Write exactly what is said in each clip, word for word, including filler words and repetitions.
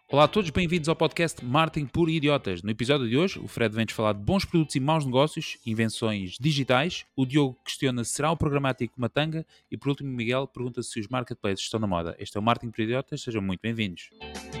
Olá a todos, bem-vindos ao podcast Marketing por Idiotas. No episódio de hoje, o Fred vem-nos falar de bons produtos e maus negócios, invenções digitais. O Diogo questiona se será o programático uma tanga. E por último, o Miguel pergunta se os marketplaces estão na moda. Este é o Marketing por Idiotas, sejam muito bem-vindos.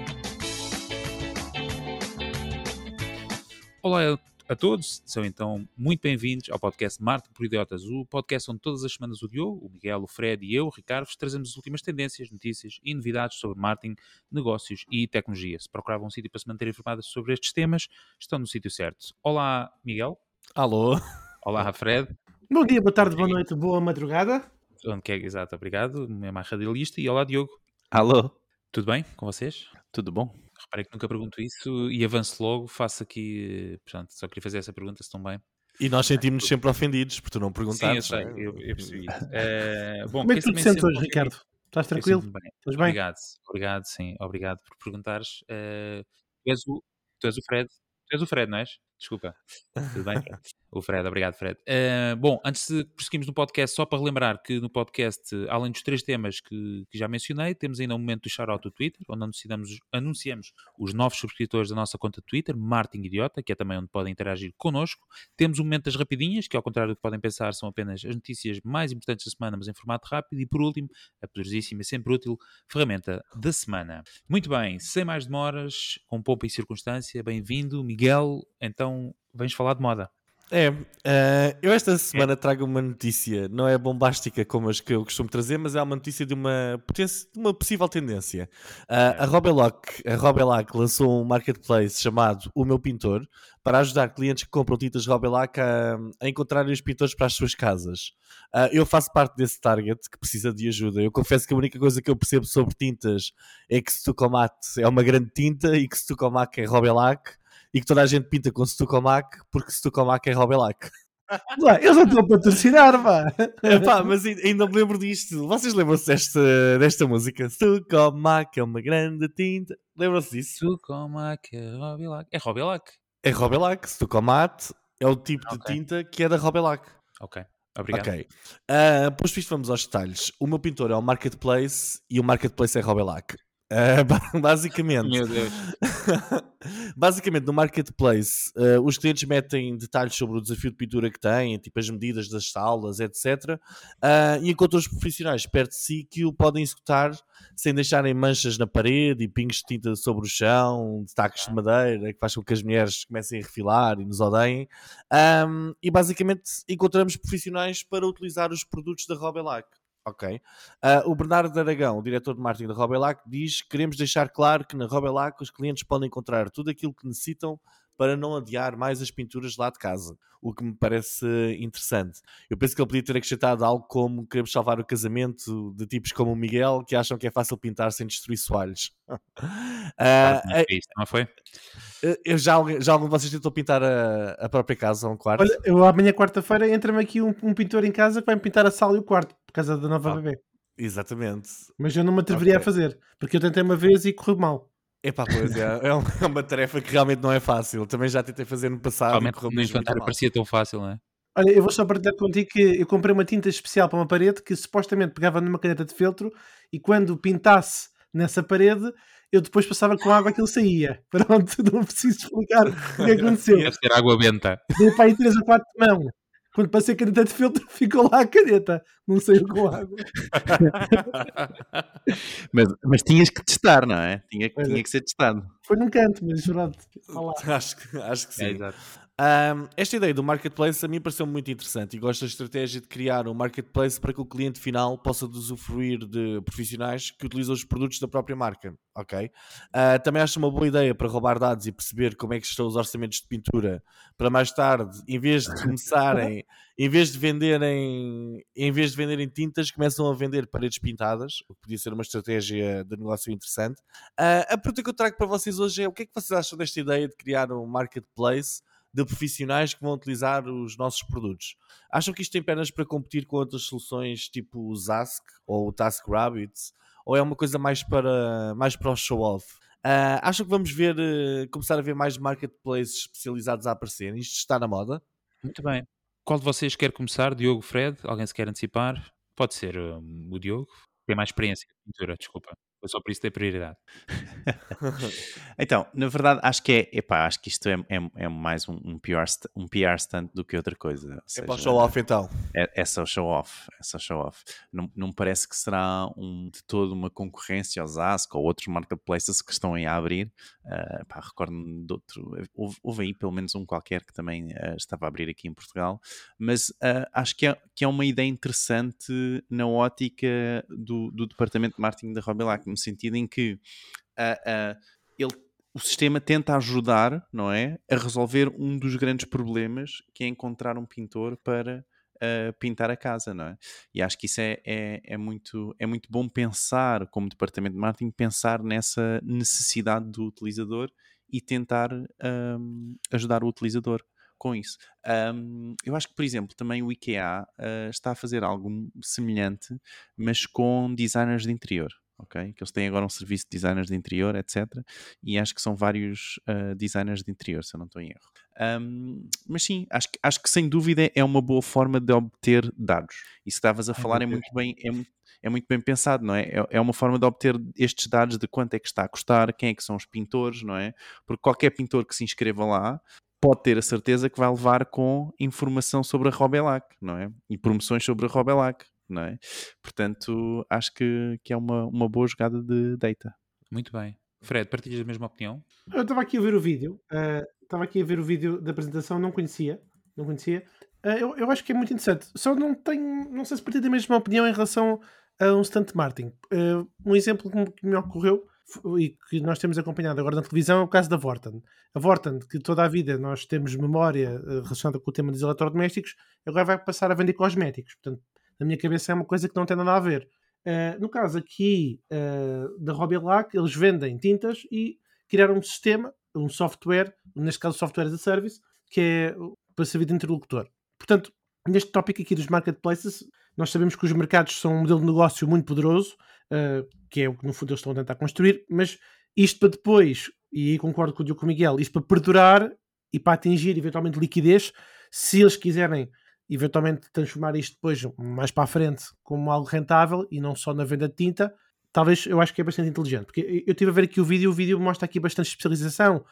Olá a todos, são então muito bem-vindos ao podcast Marketing por Idiotas, o podcast onde todas as semanas o Diogo, o Miguel, o Fred e eu, o Ricardo, vos trazemos as últimas tendências, notícias e novidades sobre marketing, negócios e tecnologia. Se procuravam um sítio para se manter informados sobre estes temas, estão no sítio certo. Olá, Miguel. Alô. Olá, Fred. Bom dia, boa tarde, boa noite, boa madrugada. Onde quer, exato, obrigado. É mais radialista. E olá, Diogo. Alô. Tudo bem com vocês? Tudo bom? Reparei que nunca pergunto isso e avanço logo, faço aqui, portanto, só queria fazer essa pergunta, se estão bem. E nós sentimos-nos sempre ofendidos por tu não perguntares. Sim, eu sei, eu, eu percebi isso. É, bom, Como é que tu te sentes hoje, Ricardo? Estás tranquilo? Bem. Estás bem? Obrigado, obrigado, sim, obrigado por perguntares. Uh, tu, és o, tu és o Fred, tu és o Fred, não és? Desculpa. Tudo bem? O Fred, obrigado, Fred. Uh, bom, antes de prosseguirmos no podcast, só para relembrar que no podcast, além dos três temas que, que já mencionei, temos ainda um momento do shout-out do Twitter, onde anunciamos, anunciamos os novos subscritores da nossa conta Twitter, Marketing Idiota, que é também onde podem interagir connosco. Temos um momento das rapidinhas, que ao contrário do que podem pensar, são apenas as notícias mais importantes da semana, mas em formato rápido. E por último, a poderosíssima e sempre útil ferramenta da semana. Muito bem, sem mais demoras, com pompa e circunstância, bem-vindo, Miguel. Então, vens falar de moda. É, uh, eu esta semana é. trago uma notícia, não é bombástica como as que eu costumo trazer, mas é uma notícia de uma, de uma possível tendência. Uh, é. A Robelac, a Robelac lançou um marketplace chamado O Meu Pintor para ajudar clientes que compram tintas Robelac a, a encontrarem os pintores para as suas casas. Uh, eu faço parte desse target que precisa de ajuda. Eu confesso que a única coisa que eu percebo sobre tintas é que Stukomat é uma grande tinta e que Stukomat é Robelac. E que toda a gente pinta com Stukomak porque Stukomak é Robelac. Lá, eu já estou a patrocinar, pá. É, pá, mas ainda me lembro disto. Vocês lembram-se desta, desta música? Stukomak é uma grande tinta. Lembram-se disso? Stukomak é Robelac. É Robelac? É Robelac. Stukomat é o tipo okay. de tinta que é da Robelac. Ok, obrigado. Ok. Uh, pois visto, vamos aos detalhes. O Meu Pintor é um marketplace e o marketplace é Robelac. Uh, basicamente, Meu Deus. basicamente no marketplace uh, os clientes metem detalhes sobre o desafio de pintura que têm, tipo as medidas das salas, etcétera. Uh, e encontram os profissionais perto de si que o podem executar sem deixarem manchas na parede e pingos de tinta sobre o chão, destaques de madeira que faz com que as mulheres comecem a refilar e nos odeiem. Um, e basicamente encontramos profissionais para utilizar os produtos da Robelac. Ok. Uh, o Bernardo Aragão, o diretor de marketing da Robelac, diz que queremos deixar claro que na Robelac os clientes podem encontrar tudo aquilo que necessitam para não adiar mais as pinturas lá de casa, o que me parece interessante. Eu penso que ele podia ter acrescentado algo como queremos salvar o casamento de tipos como o Miguel, que acham que é fácil pintar sem destruir soalhos. uh, não, foi isso, não foi? Eu já, já algum de vocês tentou pintar a, a própria casa ou um quarto? Olha, eu amanhã quarta-feira entra-me aqui um, um pintor em casa que vai-me pintar a sala e o quarto por causa da nova ah, bebê. Exatamente. Mas eu não me atreveria okay. a fazer, porque eu tentei uma vez e correu mal. Epá, pois é, é uma tarefa que realmente não é fácil. Também já tentei fazer no passado. Realmente no infantário parecia tão fácil, não é? Olha, eu vou só partilhar contigo que eu comprei uma tinta especial para uma parede que supostamente pegava numa caneta de feltro e quando pintasse nessa parede eu depois passava com água aquilo saía. Pronto, não preciso explicar o que aconteceu. Deve ser água benta. Dei para aí três ou quatro de mão. Quando passei a caneta de filtro, ficou lá a caneta. Não saiu com água. mas, mas tinhas que testar, não é? Tinha, tinha que ser testado. Foi num canto, mas pronto. Acho, acho que sim. É, exato. Um, esta ideia do marketplace a mim pareceu muito interessante e gosto da estratégia de criar um marketplace para que o cliente final possa usufruir de profissionais que utilizam os produtos da própria marca, ok? Uh, também acho uma boa ideia para roubar dados e perceber como é que estão os orçamentos de pintura para mais tarde, em vez de começarem, em vez de venderem, em vez de venderem tintas, começam a vender paredes pintadas, o que podia ser uma estratégia de negócio interessante. Uh, a pergunta que eu trago para vocês hoje é o que é que vocês acham desta ideia de criar um marketplace de profissionais que vão utilizar os nossos produtos? Acham que isto tem pernas para competir com outras soluções tipo o Zask ou o TaskRabbit? Ou é uma coisa mais para, mais para o show-off? Uh, acham que vamos ver, uh, começar a ver mais marketplaces especializados a aparecer? Isto está na moda? Muito bem. Qual de vocês quer começar? Diogo, Fred? Alguém se quer antecipar? Pode ser um, o Diogo. Tem mais experiência em pintura, desculpa. Foi só por isso ter prioridade. Então, na verdade, acho que é, epá, acho que isto é, é, é mais um, um, P R, st- um P R stunt do que outra coisa. Ou É seja, para o show-off então. É, é só show-off, é só show-off. Não, não me parece que será um, de todo uma concorrência aos Ask ou outros marketplaces que estão aí a abrir. Uh, pá, recordo-me de outro, houve, houve aí pelo menos um qualquer que também uh, estava a abrir aqui em Portugal, mas uh, acho que é, que é uma ideia interessante na ótica do, do departamento de marketing da Robilac, no sentido em que uh, uh, ele o sistema tenta ajudar, não é, a resolver um dos grandes problemas, que é encontrar um pintor para uh, pintar a casa, não é? E acho que isso é, é, é, muito, é muito bom pensar, como departamento de marketing, pensar nessa necessidade do utilizador e tentar um, ajudar o utilizador com isso. Um, eu acho que, por exemplo, também o IKEA uh, está a fazer algo semelhante, mas com designers de interior. Okay? Que eles têm agora um serviço de designers de interior, etcétera. E acho que são vários uh, designers de interior, se eu não estou em erro. Um, mas sim, acho que, acho que sem dúvida é uma boa forma de obter dados. Isso que estavas a Ai, falar meu é Deus. muito bem, é, mu- é muito bem pensado, não é? é? É uma forma de obter estes dados de quanto é que está a custar, quem é que são os pintores, não é? Porque qualquer pintor que se inscreva lá pode ter a certeza que vai levar com informação sobre a Robelac, não é? E promoções sobre a Robelac, não é? Portanto, acho que, que é uma, uma boa jogada de data. Muito bem. Fred, partilhas a mesma opinião? Eu estava aqui a ver o vídeo, eh, estava aqui a ver o vídeo da apresentação, não conhecia, não conhecia. Eh, eu, eu acho que é muito interessante. Só não tenho, não sei se partilho da mesma opinião em relação a um stunt marketing. Eh, um exemplo que me, que me ocorreu f- e que nós temos acompanhado agora na televisão é o caso da Vorten. A Vorten, que toda a vida nós temos memória eh, relacionada com o tema dos eletrodomésticos, agora vai passar a vender cosméticos. Portanto, na minha cabeça é uma coisa que não tem nada a ver. Eh, no caso aqui eh, da Robilac, eles vendem tintas e criaram um sistema, um software, neste caso software as a service, que é para servir de interlocutor. Portanto, neste tópico aqui dos marketplaces, nós sabemos que os mercados são um modelo de negócio muito poderoso, uh, que é o que no fundo eles estão a tentar construir, mas isto para depois, e aí concordo com o Diogo Miguel, isto para perdurar e para atingir eventualmente liquidez, se eles quiserem eventualmente transformar isto depois mais para a frente como algo rentável e não só na venda de tinta, talvez eu acho que é bastante inteligente, porque eu estive a ver aqui o vídeo, o vídeo mostra aqui bastante especialização,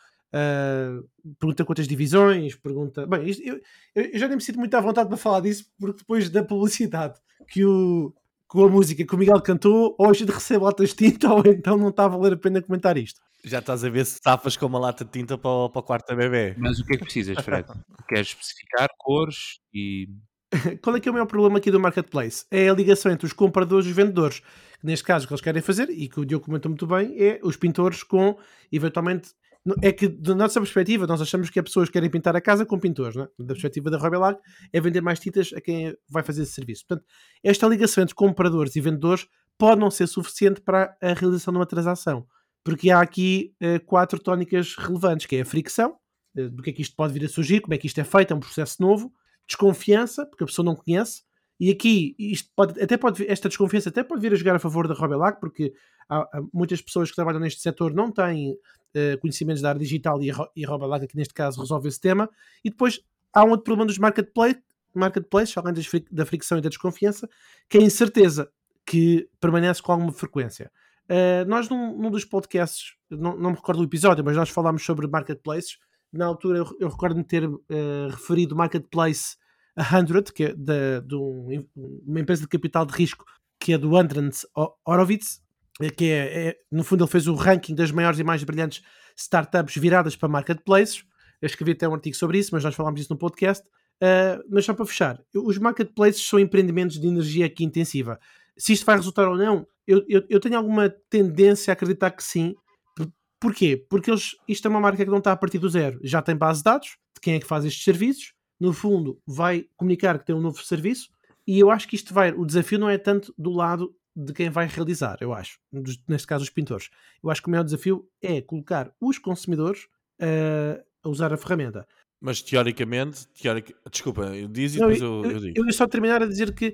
uh, pergunta quantas divisões, pergunta... Bem, isto, eu, eu já nem me sinto muito à vontade para falar disso, porque depois da publicidade que o, com a música que o Miguel cantou, ou a gente recebe latas de tinta, ou então não está a valer a pena comentar isto. Já estás a ver se safas com uma lata de tinta para o, para o quarto da bebê. Mas o que é que precisas, Fred? Queres especificar cores e... Qual é que é o maior problema aqui do marketplace? É a ligação entre os compradores e os vendedores. Neste caso, o que eles querem fazer, e que o Diogo comentou muito bem, é os pintores com, eventualmente... É que, da nossa perspectiva, nós achamos que as pessoas querem pintar a casa com pintores, não é? Da perspectiva da Robelac, é vender mais tintas a quem vai fazer esse serviço. Portanto, esta ligação entre compradores e vendedores pode não ser suficiente para a realização de uma transação. Porque há aqui eh, quatro tónicas relevantes, que é a fricção, eh, do que é que isto pode vir a surgir, como é que isto é feito, é um processo novo, desconfiança, porque a pessoa não conhece, e aqui isto pode, até pode, esta desconfiança até pode vir a jogar a favor da Robelac, porque há, há muitas pessoas que trabalham neste setor não têm uh, conhecimentos da área digital e a, e a Robelac aqui neste caso resolve esse tema. E depois há um outro problema dos marketplace, marketplaces, além das, da fricção e da desconfiança, que é a incerteza que permanece com alguma frequência. Uh, nós num, num dos podcasts, não, não me recordo do episódio, mas nós falámos sobre marketplaces. Na altura eu, eu recordo-me ter uh, referido o Marketplace cem, que é de, de um, uma empresa de capital de risco, que é do Andrés Horowitz, que é, é, no fundo ele fez o ranking das maiores e mais brilhantes startups viradas para marketplaces. Eu escrevi até um artigo sobre isso, mas nós falámos disso no podcast. Uh, mas só para fechar, os marketplaces são empreendimentos de energia aqui intensiva. Se isto vai resultar ou não, eu, eu, eu tenho alguma tendência a acreditar que sim. Porquê? Porque eles, isto é uma marca que não está a partir do zero. Já tem base de dados de quem é que faz estes serviços. No fundo, vai comunicar que tem um novo serviço. E eu acho que isto vai... O desafio não é tanto do lado de quem vai realizar, eu acho. Neste caso, os pintores. Eu acho que o maior desafio é colocar os consumidores uh, a usar a ferramenta. Mas teoricamente... Teoric... Desculpa, eu diz e não, depois eu, eu, eu, eu digo. Eu ia só terminar a dizer que...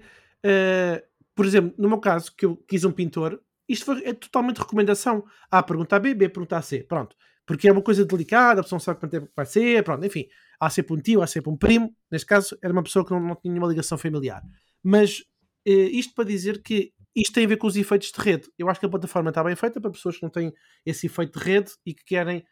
Uh, por exemplo, no meu caso, que eu quis um pintor... Isto foi, é totalmente recomendação. A pergunta A, B, B pergunta A, C. Pronto. Porque é uma coisa delicada, a pessoa não sabe quanto tempo vai ser. Pronto, enfim. Há sempre um tio, há sempre um primo. Neste caso, era uma pessoa que não, não tinha nenhuma ligação familiar. Mas eh, isto para dizer que isto tem a ver com os efeitos de rede. Eu acho que a plataforma está bem feita para pessoas que não têm esse efeito de rede e que querem,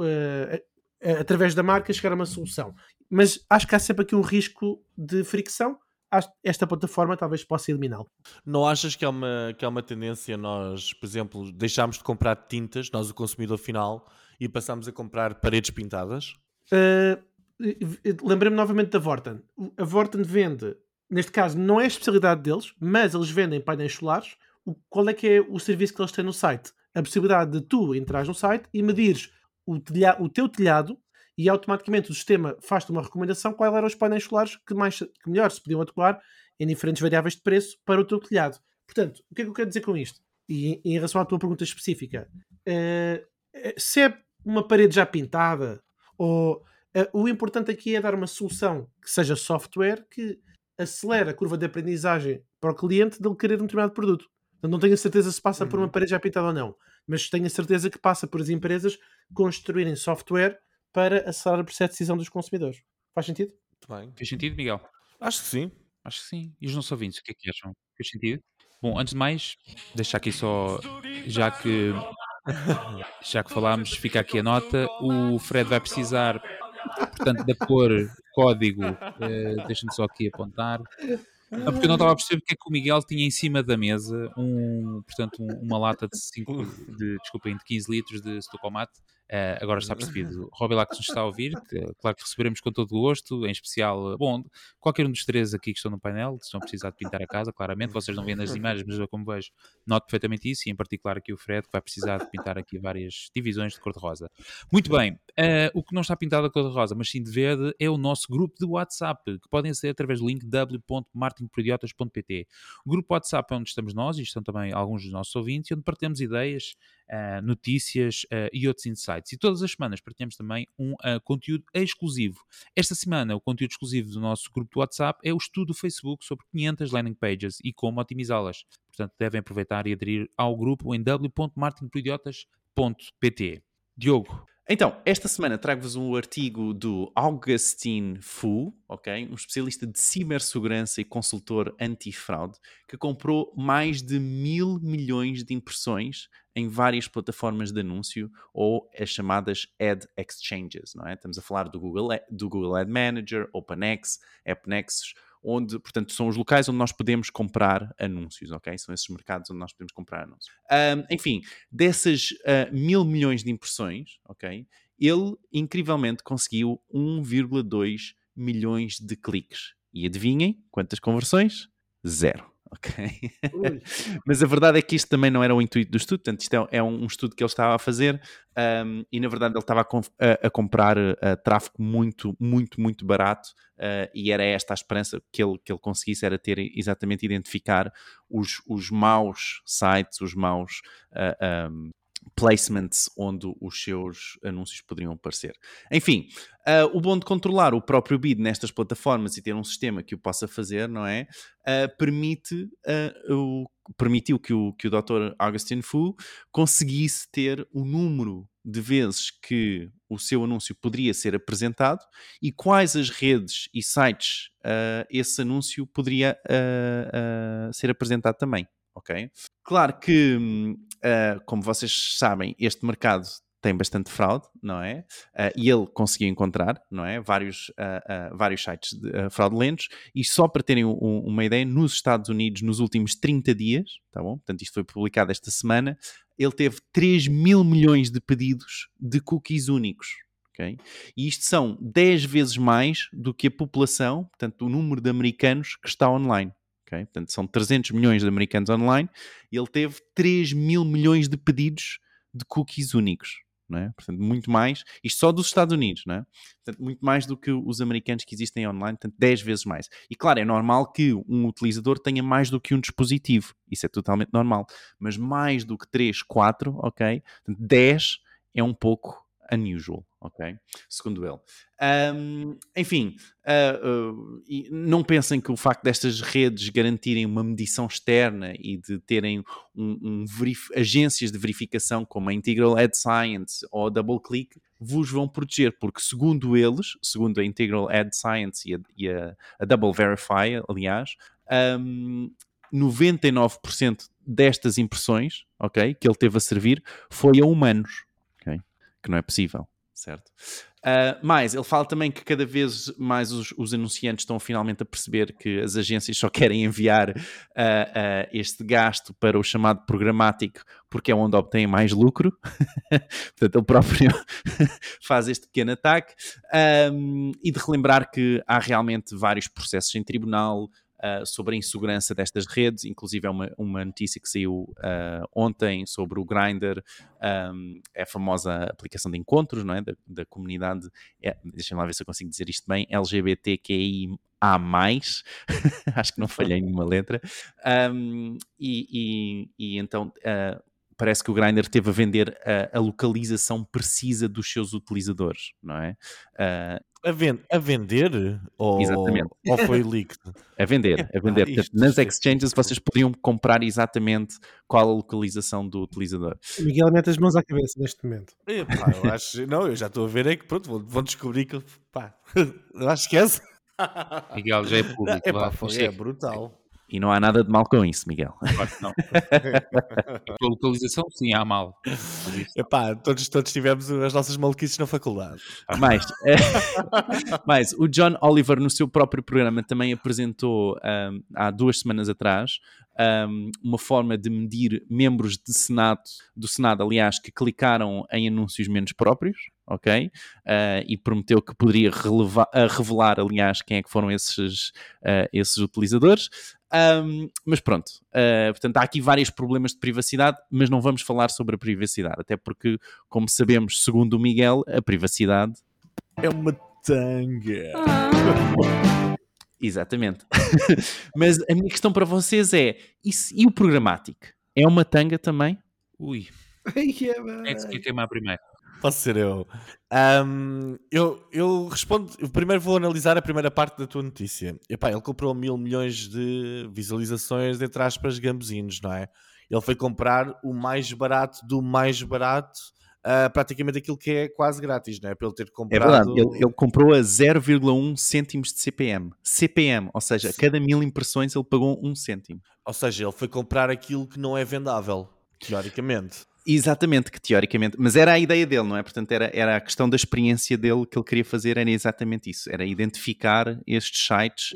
uh, através da marca, chegar a uma solução. Mas acho que há sempre aqui um risco de fricção. Esta plataforma talvez possa eliminá-lo. Não achas que é uma, que é uma tendência nós, por exemplo, deixámos de comprar tintas, nós o consumidor final, e passámos a comprar paredes pintadas? Uh, Lembrei-me novamente da Vorten. A Vorten vende, neste caso não é a especialidade deles, mas eles vendem painéis solares. O, qual é que é o serviço que eles têm no site? A possibilidade de tu entrares no site e medires o, telha, o teu telhado e automaticamente o sistema faz-te uma recomendação quais eram os painéis solares que, mais, que melhor se podiam adequar em diferentes variáveis de preço para o teu telhado. Portanto, o que é que eu quero dizer com isto? E em relação à tua pergunta específica, uh, se é uma parede já pintada, ou uh, o importante aqui é dar uma solução que seja software que acelera a curva de aprendizagem para o cliente de ele querer um determinado produto. Eu não tenho a certeza se passa uhum. por uma parede já pintada ou não, mas tenho a certeza que passa por as empresas construírem software para acelerar o processo de decisão dos consumidores. Faz sentido? Muito bem. Faz sentido, Miguel? Acho que sim. Acho que sim. E os nossos ouvintes, o que é que acham? Faz sentido? Bom, antes de mais, deixar aqui só, já que já que falámos, fica aqui a nota, o Fred vai precisar, portanto, de pôr código, uh, deixa-me só aqui apontar, não, porque eu não estava a perceber porque é que o Miguel tinha em cima da mesa um, portanto, um, uma lata de, cinco, de, desculpem, de quinze litros de Stocomate. Uh, agora está percebido. Robbie lá que nos está a ouvir, que, claro que receberemos com todo o gosto, em especial, bom, qualquer um dos três aqui que estão no painel, que estão a precisar de pintar a casa, claramente, vocês não veem nas imagens, mas eu como vejo, noto perfeitamente isso, e em particular aqui o Fred, que vai precisar de pintar aqui várias divisões de cor-de-rosa. Muito bem, uh, o que não está pintado a cor-de-rosa, mas sim de verde, é o nosso grupo de WhatsApp, que podem ser através do link w ponto marketing por idiotas ponto p t. O grupo WhatsApp é onde estamos nós, e estão também alguns dos nossos ouvintes, e onde partilhamos ideias, Uh, notícias uh, e outros insights. E todas as semanas partilhamos também um uh, conteúdo exclusivo. Esta semana, o conteúdo exclusivo do nosso grupo de WhatsApp é o estudo do Facebook sobre quinhentas landing pages e como otimizá-las. Portanto, devem aproveitar e aderir ao grupo em w ponto marketing por idiotas ponto p t. Diogo. Então, esta semana trago-vos um artigo do Augustin Fu, okay? Um especialista de cibersegurança e consultor antifraude, que comprou mais de mil milhões de impressões em várias plataformas de anúncio ou as chamadas Ad Exchanges, não é? Estamos a falar do Google, do Google Ad Manager, OpenX, AppNexus, onde, portanto, são os locais onde nós podemos comprar anúncios, ok? São esses mercados onde nós podemos comprar anúncios. Um, enfim, dessas uh, mil milhões de impressões, ok? Ele, incrivelmente, conseguiu um vírgula dois milhões de cliques. E adivinhem quantas conversões? Zero. Ok? Mas a verdade é que isto também não era o intuito do estudo, portanto, isto é, é um estudo que ele estava a fazer um, e, na verdade, ele estava a, a, a comprar uh, tráfego muito, muito, muito barato uh, e era esta a esperança que ele, que ele conseguisse, era ter exatamente identificar os, os maus sites, os maus uh, um, placements onde os seus anúncios poderiam aparecer. Enfim, uh, o bom de controlar o próprio bid nestas plataformas e ter um sistema que o possa fazer, não é? Uh, permite, uh, o, permitiu que o, que o doutor Augustin Fu conseguisse ter o número de vezes que o seu anúncio poderia ser apresentado e quais as redes e sites uh, esse anúncio poderia uh, uh, ser apresentado também. Ok? Claro que, uh, como vocês sabem, este mercado tem bastante fraude, não é? Uh, e ele conseguiu encontrar, não é? Vários, uh, uh, vários sites de, uh, fraudulentos, e só para terem um, uma ideia, nos Estados Unidos, nos últimos trinta dias, tá bom? Portanto, isto foi publicado esta semana, ele teve três mil milhões de pedidos de cookies únicos. Okay? E isto são dez vezes mais do que a população, portanto, o número de americanos que está online. Okay? Portanto, são trezentos milhões de americanos online e ele teve três mil milhões de pedidos de cookies únicos. Não é? Portanto, muito mais. Isto só dos Estados Unidos. Não é? Portanto, muito mais do que os americanos que existem online. Portanto, dez vezes mais. E claro, é normal que um utilizador tenha mais do que um dispositivo. Isso é totalmente normal. Mas mais do que três, quatro, ok? Portanto, dez é um pouco unusual, ok? Segundo ele. Um, enfim, uh, uh, e não pensem que o facto destas redes garantirem uma medição externa e de terem um, um verif- agências de verificação como a Integral Ad Science ou a DoubleClick vos vão proteger, porque segundo eles, segundo a Integral Ad Science e a, e a, a Double Verify, aliás, um, noventa e nove por cento destas impressões, ok, que ele teve a servir foi a humanos, ok? Que não é possível, certo? Uh, mais, ele fala também que cada vez mais os, os anunciantes estão finalmente a perceber que as agências só querem enviar uh, uh, este gasto para o chamado programático porque é onde obtêm mais lucro. Portanto, ele próprio faz este pequeno ataque. Um, e de relembrar que há realmente vários processos em tribunal Uh, sobre a insegurança destas redes, inclusive é uma, uma notícia que saiu uh, ontem sobre o Grindr, um, é a famosa aplicação de encontros, não é? Da, da comunidade, é, deixem-me lá ver se eu consigo dizer isto bem, L G B T Q I A mais, acho que não falhei nenhuma letra, um, e, e, e então uh, parece que o Grindr teve a vender a, a localização precisa dos seus utilizadores, não é? Uh, A, ven a vender? Ou, Exatamente. ou foi leaked? A vender, a vender. Ah, Portanto, isto, nas isto é exchanges tipo- vocês podiam comprar exatamente qual a localização do utilizador. O Miguel mete as mãos à cabeça neste momento. Epá, eu acho, não, eu já estou a ver é que pronto, vão, vão descobrir que pá, eu acho que esquece. Miguel, já é público. Epá, vá, foi, chega. é brutal. E não há nada de mal com isso, Miguel. Claro que não. A tua localização, sim, há mal. Mas isso não. Epá, todos, todos tivemos as nossas maluquices na faculdade. Mas, mas o John Oliver, no seu próprio programa, também apresentou um, há duas semanas atrás um, uma forma de medir membros de Senado, do Senado, aliás, que clicaram em anúncios menos próprios, ok? Uh, e prometeu que poderia relevar, uh, revelar, aliás, quem é que foram esses, uh, esses utilizadores. Um, mas pronto, uh, portanto há aqui vários problemas de privacidade, mas não vamos falar sobre a privacidade, até porque, como sabemos, segundo o Miguel, a privacidade é uma tanga. Exatamente. Mas a minha questão para vocês é, e, se, e o programático? É uma tanga também? Ui, Yeah, é de que queimar primeiro. Posso ser eu. Um, eu. Eu respondo. Eu primeiro vou analisar a primeira parte da tua notícia. Epá, ele comprou mil milhões de visualizações, entre aspas, gambezinos, não é? Ele foi comprar o mais barato do mais barato, uh, praticamente aquilo que é quase grátis, não é? Para ele ter É comprado. verdade, ele, ele comprou a zero vírgula um cêntimos de C P M. C P M, ou seja, a cada mil impressões ele pagou um cêntimo. Ou seja, ele foi comprar aquilo que não é vendável, teoricamente. Exatamente, que teoricamente, mas era a ideia dele, não é? Portanto, era, era a questão da experiência dele que ele queria fazer, era exatamente isso, era identificar estes sites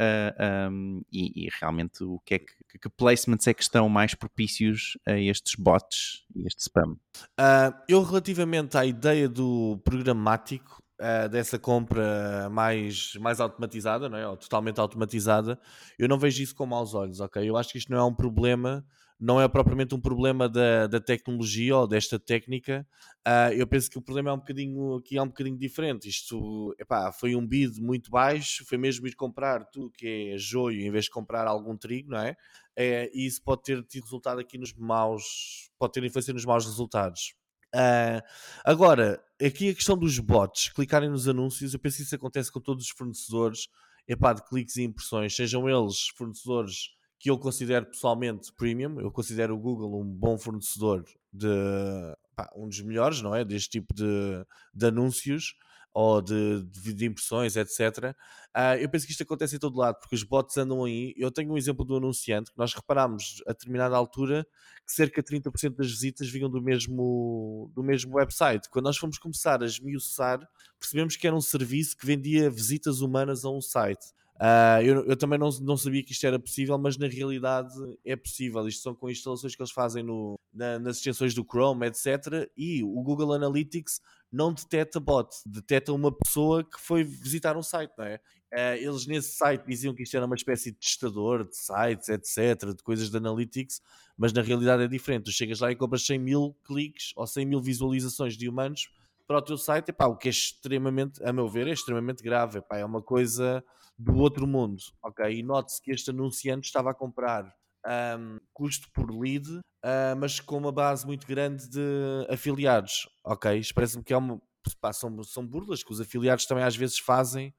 uh, um, e, e realmente o que é que, que placements é que estão mais propícios a estes bots e este spam. Uh, eu, relativamente à ideia do programático, uh, dessa compra mais, mais automatizada, não é? Ou totalmente automatizada, eu não vejo isso com maus olhos, ok? Eu acho que isto não é um problema, não é propriamente um problema da, da tecnologia ou desta técnica. Uh, eu penso que o problema é um bocadinho, aqui é um bocadinho diferente. Isto, epá, foi um bid muito baixo, foi mesmo ir comprar tudo que é joio em vez de comprar algum trigo, não é? É, e isso pode ter tido resultado aqui nos maus, pode ter influência nos maus resultados. Uh, agora, aqui a questão dos bots clicarem nos anúncios, eu penso que isso acontece com todos os fornecedores, epá, de cliques e impressões, sejam eles fornecedores que eu considero pessoalmente premium. Eu considero o Google um bom fornecedor de, pá, um dos melhores, não é? Deste tipo de, de anúncios ou de, de, de impressões, etcétera. Uh, eu penso que isto acontece em todo lado, porque os bots andam aí. Eu tenho um exemplo do anunciante, que nós reparámos a determinada altura que cerca de trinta por cento das visitas vinham do mesmo, do mesmo website. Quando nós fomos começar a esmiuçar, percebemos que era um serviço que vendia visitas humanas a um site. Uh, eu, eu também não, não sabia que isto era possível, mas na realidade é possível. Isto são com instalações que eles fazem no, na, nas extensões do Chrome, etcétera. E o Google Analytics não detecta bot, detecta uma pessoa que foi visitar um site, não é? Uh, eles nesse site diziam que isto era uma espécie de testador de sites, etcétera, de coisas de Analytics, mas na realidade é diferente. Tu chegas lá e compras cem mil cliques ou cem mil visualizações de humanos para o teu site, epá, o que é extremamente, a meu ver, é extremamente grave, epá, é uma coisa do outro mundo, ok? E note-se que este anunciante estava a comprar um, custo por lead, uh, mas com uma base muito grande de afiliados, ok? Isto parece-me que é uma, pá, são, são burlas que os afiliados também às vezes fazem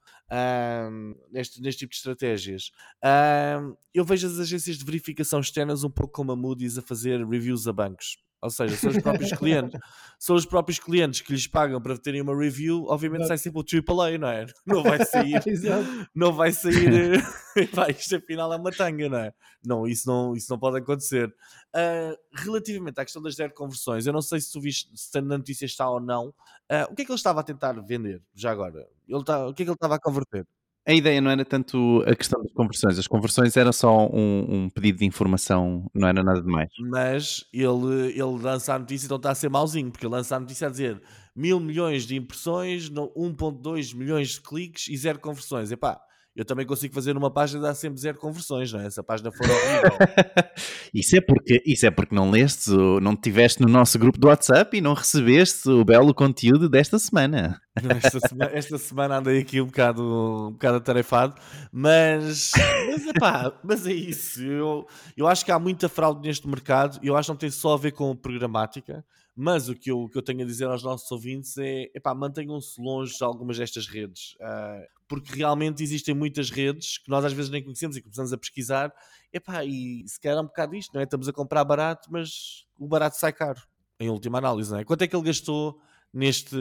um, neste, neste tipo de estratégias. Um, eu vejo as agências de verificação externas um pouco como a Moody's a fazer reviews a bancos. Ou seja, são os próprios clientes, são os próprios clientes que lhes pagam para terem uma review, obviamente Exato. sai sempre o triplo A, não é? Não vai sair, Exato. não vai sair, eh, pá, isto afinal é uma tanga, não é? Não, isso não, isso não pode acontecer. Ah, relativamente à questão das zero conversões, eu não sei se tu viste, se na notícia está ou não, ah, o que é que ele estava a tentar vender, já agora? Ele tá, o que é que ele estava a converter? A ideia não era tanto a questão das conversões. As conversões era só um, um pedido de informação, não era nada de mais. Mas ele, ele lança a notícia, então está a ser mauzinho, porque ele lança a notícia a dizer mil milhões de impressões, no- um vírgula dois milhões de cliques e zero conversões. Epá, eu também consigo fazer numa página que dá sempre zero conversões, não é? Se a página for horrível. Isso é porque, isso é porque não leste, o- não estiveste no nosso grupo do WhatsApp e não recebeste o belo conteúdo desta semana. Esta semana, esta semana andei aqui um bocado, um bocado atarefado, mas, mas, epá, mas é isso. Eu, eu acho que há muita fraude neste mercado e eu acho que não tem só a ver com programática, mas o que eu, o que eu tenho a dizer aos nossos ouvintes é epá, mantenham-se longe de algumas destas redes, ah, porque realmente existem muitas redes que nós às vezes nem conhecemos e começamos a pesquisar, epá, e se calhar é um bocado isto, não é? Estamos a comprar barato, mas o barato sai caro, em última análise, não é? Quanto é que ele gastou neste,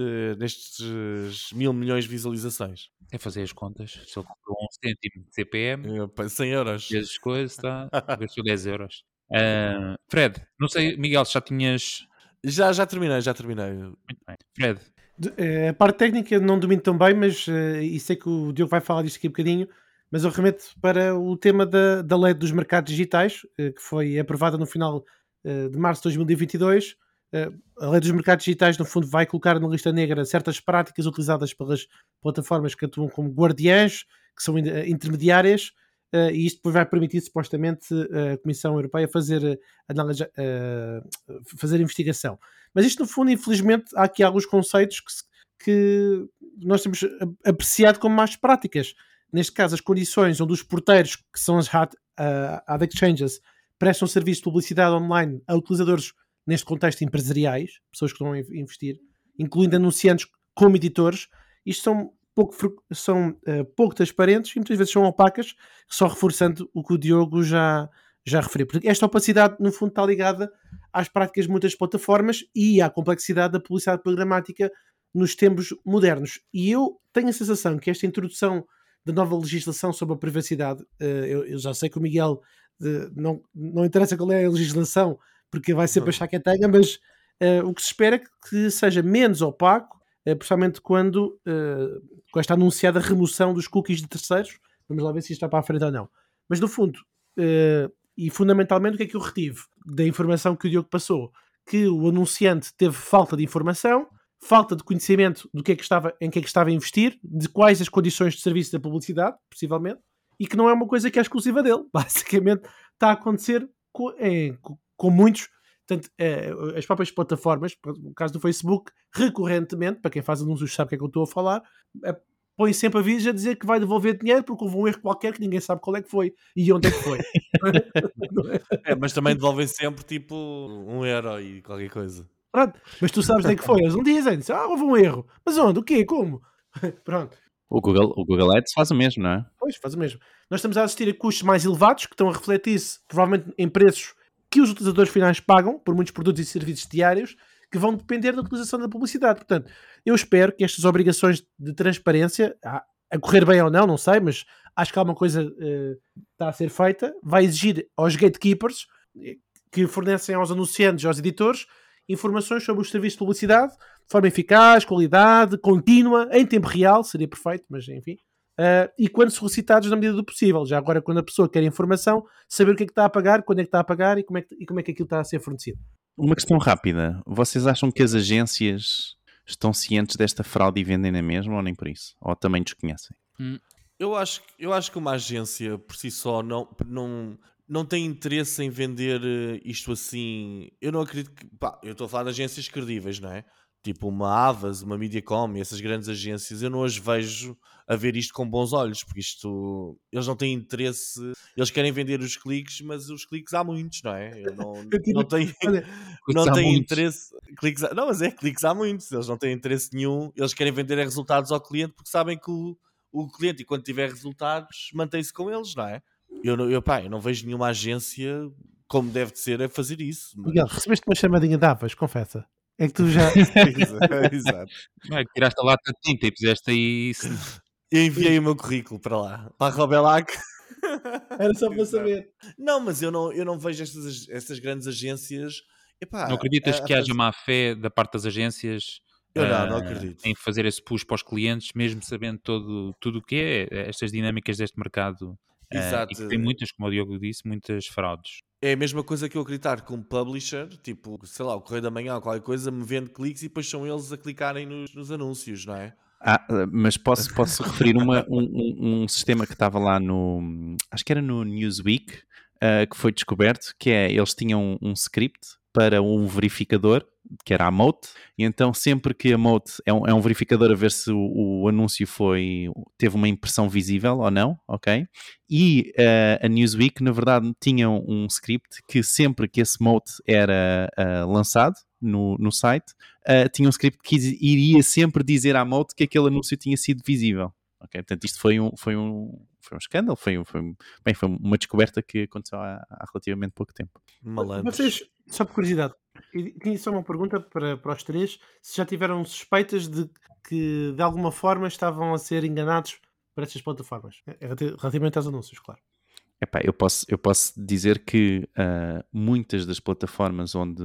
nestes mil milhões de visualizações? É fazer as contas. Se ele comprou um cêntimo de C P M, Eh, pá, cem euros. vezes coisas, está, gastou dez euros. Ah, Fred, não sei, Miguel, se já tinhas. Já, já terminei, já terminei. Muito bem. Fred, De- eh, A parte técnica eu não domino tão bem, mas eh, e sei que o Diogo vai falar disto aqui um bocadinho, mas eu remeto para o tema da, da lei dos mercados digitais, eh, que foi aprovada no final eh, de março de dois mil e vinte e dois. Eh, a lei dos mercados digitais, no fundo, vai colocar na lista negra certas práticas utilizadas pelas plataformas que atuam como guardiãs, que são in- eh, intermediárias, eh, e isto depois vai permitir, supostamente, eh, a Comissão Europeia fazer, eh, análise, eh, fazer investigação. Mas isto, no fundo, infelizmente, há aqui alguns conceitos que, se- que nós temos a- apreciado como mais práticas. Neste caso, as condições onde os porteiros, que são as ad, uh, ad exchanges, prestam serviço de publicidade online a utilizadores, neste contexto, empresariais, pessoas que estão a in- investir, incluindo anunciantes como editores, isto são pouco, fre- são, uh, pouco transparentes e muitas vezes são opacas, só reforçando o que o Diogo já, já referiu. Porque esta opacidade, no fundo, está ligada às práticas de muitas plataformas e à complexidade da publicidade programática nos tempos modernos. E eu tenho a sensação que esta introdução da nova legislação sobre a privacidade, eh, eu, eu já sei que o Miguel eh, não, não interessa qual é a legislação, porque vai sempre achar que é tanga, mas eh, o que se espera é que seja menos opaco, eh, principalmente quando eh, com esta anunciada remoção dos cookies de terceiros. Vamos lá ver se isto está para a frente ou não. Mas no fundo, eh, e fundamentalmente, o que é que eu retive da informação que o Diogo passou? Que o anunciante teve falta de informação, falta de conhecimento do que é que estava, em que é que estava a investir, de quais as condições de serviço da publicidade, possivelmente, e que não é uma coisa que é exclusiva dele. Basicamente, está a acontecer com, é, com, com muitos, portanto, é, as próprias plataformas, no caso do Facebook, recorrentemente, para quem faz anúncios sabe o que é que eu estou a falar, é, põe sempre avisos a dizer que vai devolver dinheiro porque houve um erro qualquer que ninguém sabe qual é que foi e onde é que foi. É, mas também devolvem sempre tipo um euro e qualquer coisa. Pronto, mas tu sabes onde é que foi. Eles não dizem, dizem, ah, houve um erro. Mas onde? O quê? Como? Pronto. O Google, o Google Ads faz o mesmo, não é? Pois, faz o mesmo. Nós estamos a assistir a custos mais elevados, que estão a refletir-se provavelmente em preços que os utilizadores finais pagam por muitos produtos e serviços diários, que vão depender da utilização da publicidade. Portanto, eu espero que estas obrigações de transparência, a, a correr bem ou não, não sei, mas acho que alguma coisa uh, está a ser feita, vai exigir aos gatekeepers, que fornecem aos anunciantes e aos editores, informações sobre os serviços de publicidade de forma eficaz, qualidade, contínua, em tempo real, seria perfeito, mas enfim, uh, e quando solicitados na medida do possível. Já agora, quando a pessoa quer informação, saber o que é que está a pagar, quando é que está a pagar e como é que, e como é que aquilo está a ser fornecido. Uma questão rápida. Vocês acham que as agências estão cientes desta fraude e vendem na mesma ou nem por isso? Ou também desconhecem? hum, Eu acho, eu acho que uma agência por si só não, não, não tem interesse em vender eh, isto assim. Eu não acredito que. Pá, eu estou a falar de agências credíveis, não é? Tipo uma Havas, uma Mediacom, essas grandes agências, eu não as vejo a ver isto com bons olhos, porque isto. Eles não têm interesse. Eles querem vender os cliques, mas os cliques há muitos, não é? Eu não, não tenho. Olha, Não há têm muitos. interesse. Cliques, há- não, mas é cliques há muitos. Eles não têm interesse nenhum. Eles querem vender é resultados ao cliente porque sabem que o, o cliente, e quando tiver resultados, mantém-se com eles, não é? Eu, não- eu, pá, eu não vejo nenhuma agência como deve de ser, é fazer isso. Mas... Miguel, recebeste uma chamadinha de Avas, confessa. É que tu já... Exato. Não é que tiraste a lata de tinta e puseste aí isso. Eu enviei o meu currículo para lá, para a Robelac. Era só para saber. Não, mas eu não, eu não vejo estas, estas grandes agências. Epá, Não acreditas a- a que haja fazer- má fé da parte das agências Eu não, não ah, acredito. em fazer esse push para os clientes, mesmo sabendo todo, tudo o que é estas dinâmicas deste mercado? ah, Exato. E que tem muitas, como o Diogo disse, muitas fraudes. É a mesma coisa que eu acreditar que um publisher, tipo, sei lá, o Correio da Manhã ou qualquer coisa, me vende cliques e depois são eles a clicarem nos, nos anúncios, não é? Ah, mas posso, posso referir uma, um, um, um sistema que estava lá no, acho que era no Newsweek, uh, que foi descoberto, que é, eles tinham um script para um verificador, que era a Moat, e então sempre que a Moat é um, é um verificador a ver se o, o anúncio foi, teve uma impressão visível ou não, ok? E uh, a Newsweek, na verdade, tinha um script que sempre que esse Moat era uh, lançado no, no site, uh, tinha um script que iria sempre dizer à Moat que aquele anúncio tinha sido visível. Okay? Portanto, isto foi um, foi um, foi um escândalo, foi, um, foi, um, bem, foi uma descoberta que aconteceu há, há relativamente pouco tempo. Malandros. Vocês, só por curiosidade, e tinha só uma pergunta para, para os três: se já tiveram suspeitas de que de alguma forma estavam a ser enganados por estas plataformas, É, relativamente aos anúncios, claro. Epá, eu, posso, eu posso dizer que uh, muitas das plataformas onde,